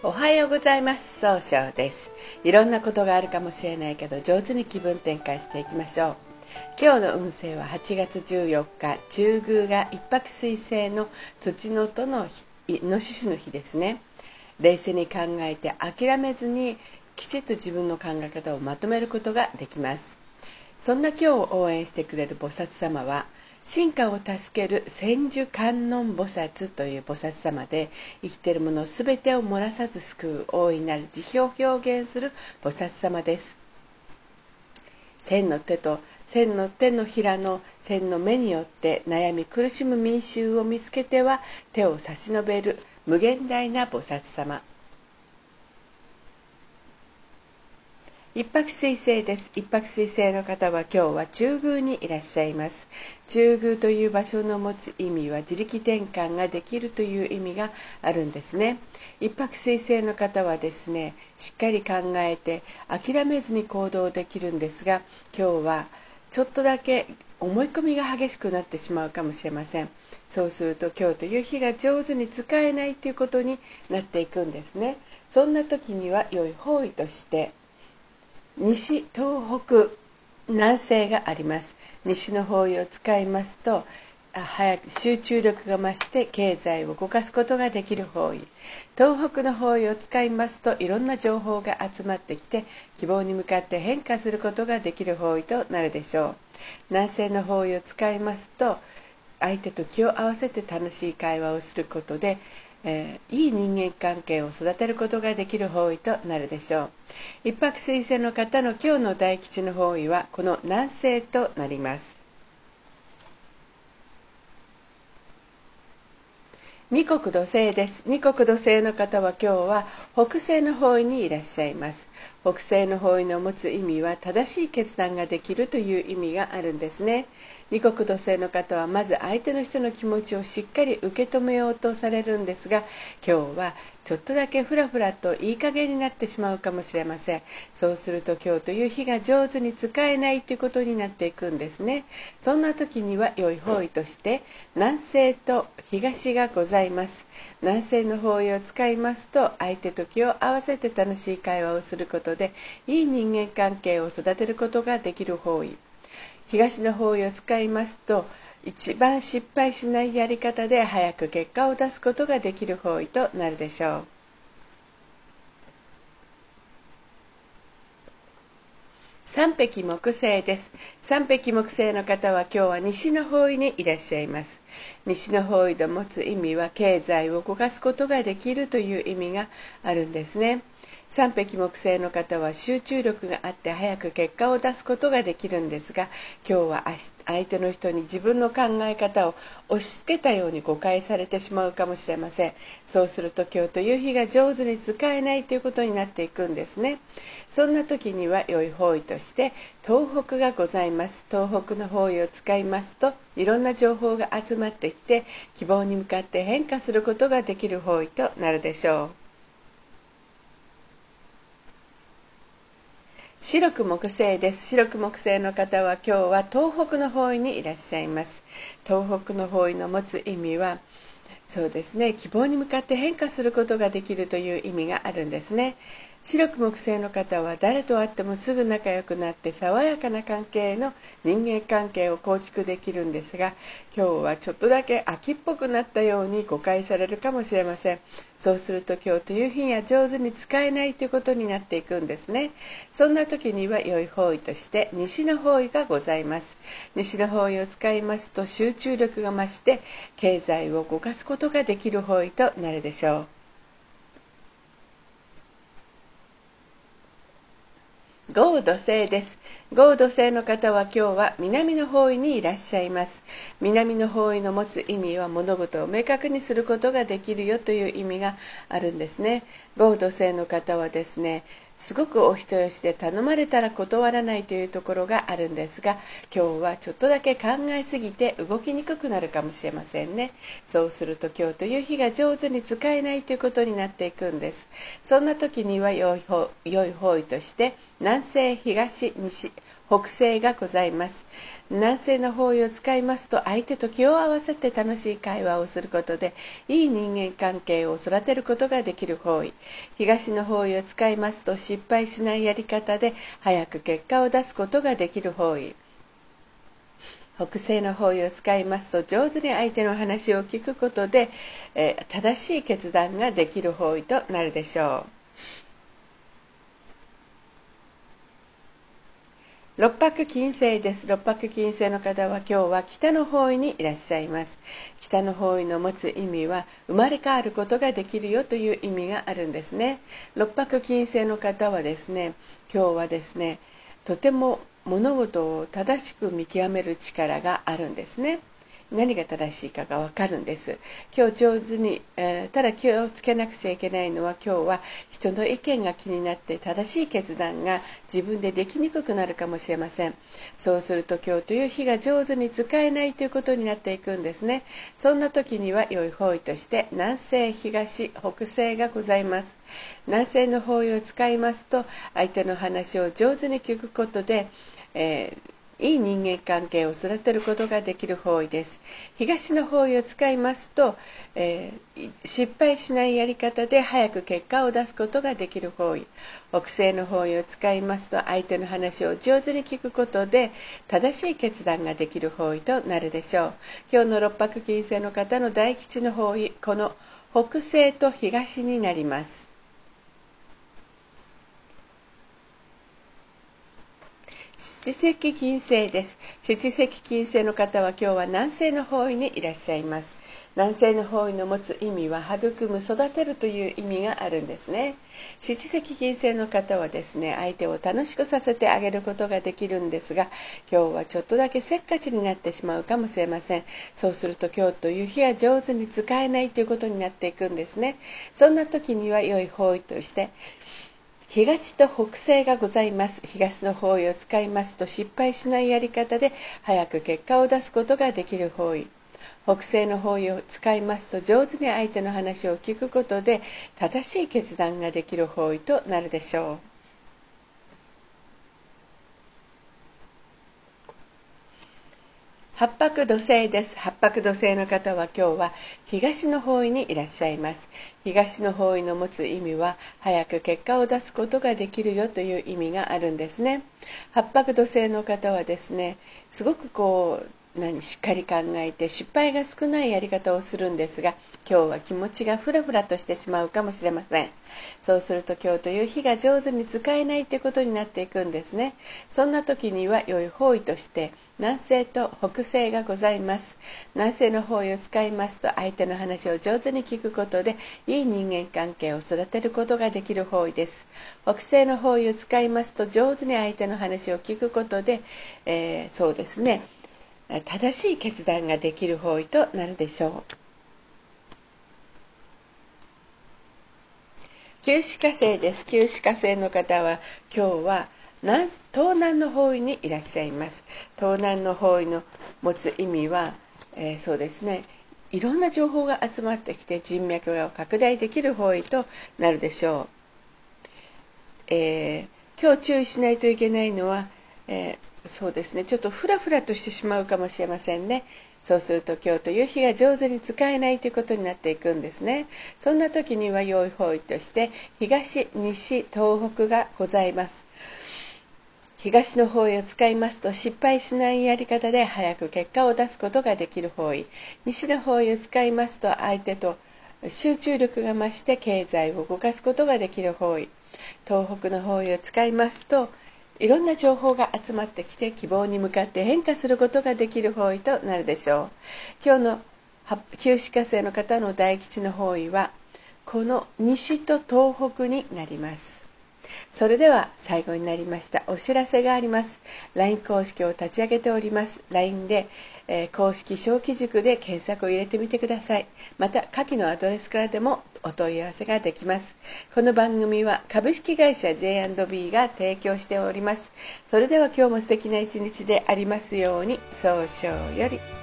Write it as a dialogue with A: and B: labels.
A: おはようございます。総称です。いろんなことがあるかもしれないけど、上手に気分転換していきましょう。今日の運勢は8月14日、中宮が一泊水星の土のとのイノシシの日ですね。冷静に考えて諦めずに、きちっと自分の考え方をまとめることができます。そんな今日を応援してくれる菩薩様は、進化を助ける千手観音菩薩という菩薩様で、生きているものすべてを漏らさず救う大いなる慈悲を表現する菩薩様です。千の手と千の手のひらの千の目によって悩み苦しむ民衆を見つけては手を差し伸べる無限大な菩薩様。一泊水星です。一泊水星の方は今日は中宮にいらっしゃいます。中宮という場所の持つ意味は自力転換ができるという意味があるんですね。一泊水星の方はですね、しっかり考えて諦めずに行動できるんですが、今日はちょっとだけ思い込みが激しくなってしまうかもしれません。そうすると今日という日が上手に使えないということになっていくんですね。そんな時には良い方位として西、東北、南西があります。西の方位を使いますと、早く集中力が増して経済を動かすことができる方位。東北の方位を使いますと、いろんな情報が集まってきて希望に向かって変化することができる方位となるでしょう。南西の方位を使いますと、相手と気を合わせて楽しい会話をすることで、いい人間関係を育てることができる方位となるでしょう。一泊水星の方の今日の大吉の方位はこの南西となります。二国土星です。二国土星の方は今日は北西の方位にいらっしゃいます。北西の方位の持つ意味は正しい決断ができるという意味があるんですね。二国土星の方はまず相手の人の気持ちをしっかり受け止めようとされるんですが、今日はちょっとだけフラフラといい加減になってしまうかもしれません。そうすると今日という日が上手に使えないということになっていくんですね。そんな時には良い方位として南西と東がございます。南西の方位を使いますと、相手と気を合わせて楽しい会話をすることでいい人間関係を育てることができる方位。東の方位を使いますと、一番失敗しないやり方で早く結果を出すことができる方位となるでしょう。三匹木星です。三匹木星の方は今日は西の方位にいらっしゃいます。西の方位の持つ意味は経済を動かすことができるという意味があるんですね。三匹木星の方は集中力があって早く結果を出すことができるんですが、今日は相手の人に自分の考え方を押し付けたように誤解されてしまうかもしれません。そうすると今日という日が上手に使えないということになっていくんですね。そんな時には良い方位として東北がございます。東北の方位を使いますと、いろんな情報が集まってきて希望に向かって変化することができる方位となるでしょう。白く木星です。白く木星の方は今日は東北の方位にいらっしゃいます。東北の方位の持つ意味は、そうですね、希望に向かって変化することができるという意味があるんですね。白く木星の方は誰と会ってもすぐ仲良くなって爽やかな関係の人間関係を構築できるんですが、今日はちょっとだけ秋っぽくなったように誤解されるかもしれません。そうすると今日という日には上手に使えないということになっていくんですね。そんな時には良い方位として西の方位がございます。西の方位を使いますと集中力が増して経済を動かすことができる方位となるでしょう。合土星です。合土星の方は今日は南の方位にいらっしゃいます。南の方位の持つ意味は物事を明確にすることができるよという意味があるんですね。合土星の方はですね、すごくお人よしで頼まれたら断らないというところがあるんですが、今日はちょっとだけ考えすぎて動きにくくなるかもしれませんね。そうすると今日という日が上手に使えないということになっていくんです。そんな時には良い方位として南西、東、西、北西がございます。南西の方位を使いますと、相手と気を合わせて楽しい会話をすることでいい人間関係を育てることができる方位。東の方位を使いますと、失敗しないやり方で早く結果を出すことができる方位。北西の方位を使いますと、上手に相手の話を聞くことで、正しい決断ができる方位となるでしょう。六白金星です。六白金星の方は今日は北の方位にいらっしゃいます。北の方位の持つ意味は、生まれ変わることができるよという意味があるんですね。六白金星の方はですね、今日はですね、とても物事を正しく見極める力があるんですね。何が正しいかが分かるんです。今日上手に、ただ気をつけなくちゃいけないのは、今日は人の意見が気になって正しい決断が自分でできにくくなるかもしれません。そうすると今日という日が上手に使えないということになっていくんですね。そんな時には良い方位として南西、東、北西がございます。南西の方位を使いますと、相手の話を上手に聞くことで、いい人間関係を育てることができる方位です。東の方位を使いますと、失敗しないやり方で早く結果を出すことができる方位。北西の方位を使いますと、相手の話を上手に聞くことで正しい決断ができる方位となるでしょう。今日の六白金星の方の大吉の方位、この北西と東になります。七石金星です。七石金星の方は今日は南西の方位にいらっしゃいます。南西の方位の持つ意味は、育む、育てるという意味があるんですね。七石金星の方はですね、相手を楽しくさせてあげることができるんですが、今日はちょっとだけせっかちになってしまうかもしれません。そうすると今日という日は上手に使えないということになっていくんですね。そんな時には良い方位として、東と北西がございます。東の方位を使いますと、失敗しないやり方で早く結果を出すことができる方位。北西の方位を使いますと、上手に相手の話を聞くことで正しい決断ができる方位となるでしょう。八白土星です。八白土星の方は今日は東の方位にいらっしゃいます。東の方位の持つ意味は、早く結果を出すことができるよという意味があるんですね。八白土星の方はですね、すごくしっかり考えて失敗が少ないやり方をするんですが、今日は気持ちがフラフラとしてしまうかもしれません。そうすると今日という日が上手に使えないということになっていくんですね。そんな時には良い方位として南西と北西がございます。南西の方位を使いますと、相手の話を上手に聞くことでいい人間関係を育てることができる方位です。北西の方位を使いますと、上手に相手の話を聞くことで、そうですね、正しい決断ができる方位となるでしょう。九死火星です。九死火星の方は今日は東南の方位にいらっしゃいます。東南の方位の持つ意味は、そうですね、いろんな情報が集まってきて人脈を拡大できる方位となるでしょう。今日注意しないといけないのは、そうですね、ちょっとフラフラとしてしまうかもしれませんね。そうすると今日という日が上手に使えないということになっていくんですね。そんな時には良い方位として東、西、東北がございます。東の方位を使いますと、失敗しないやり方で早く結果を出すことができる方位。西の方位を使いますと、相手と集中力が増して経済を動かすことができる方位。東北の方位を使いますと、いろんな情報が集まってきて希望に向かって変化することができる方位となるでしょう。今日の九死火星の方の大吉の方位はこの西と東北になります。それでは最後になりました。お知らせがあります。 LINE 公式を立ち上げております。 LINE で、公式小規塾で検索を入れてみてください。また下記のアドレスからでもお問い合わせができます。この番組は株式会社 J&B が提供しております。それでは今日も素敵な一日でありますように。早々より。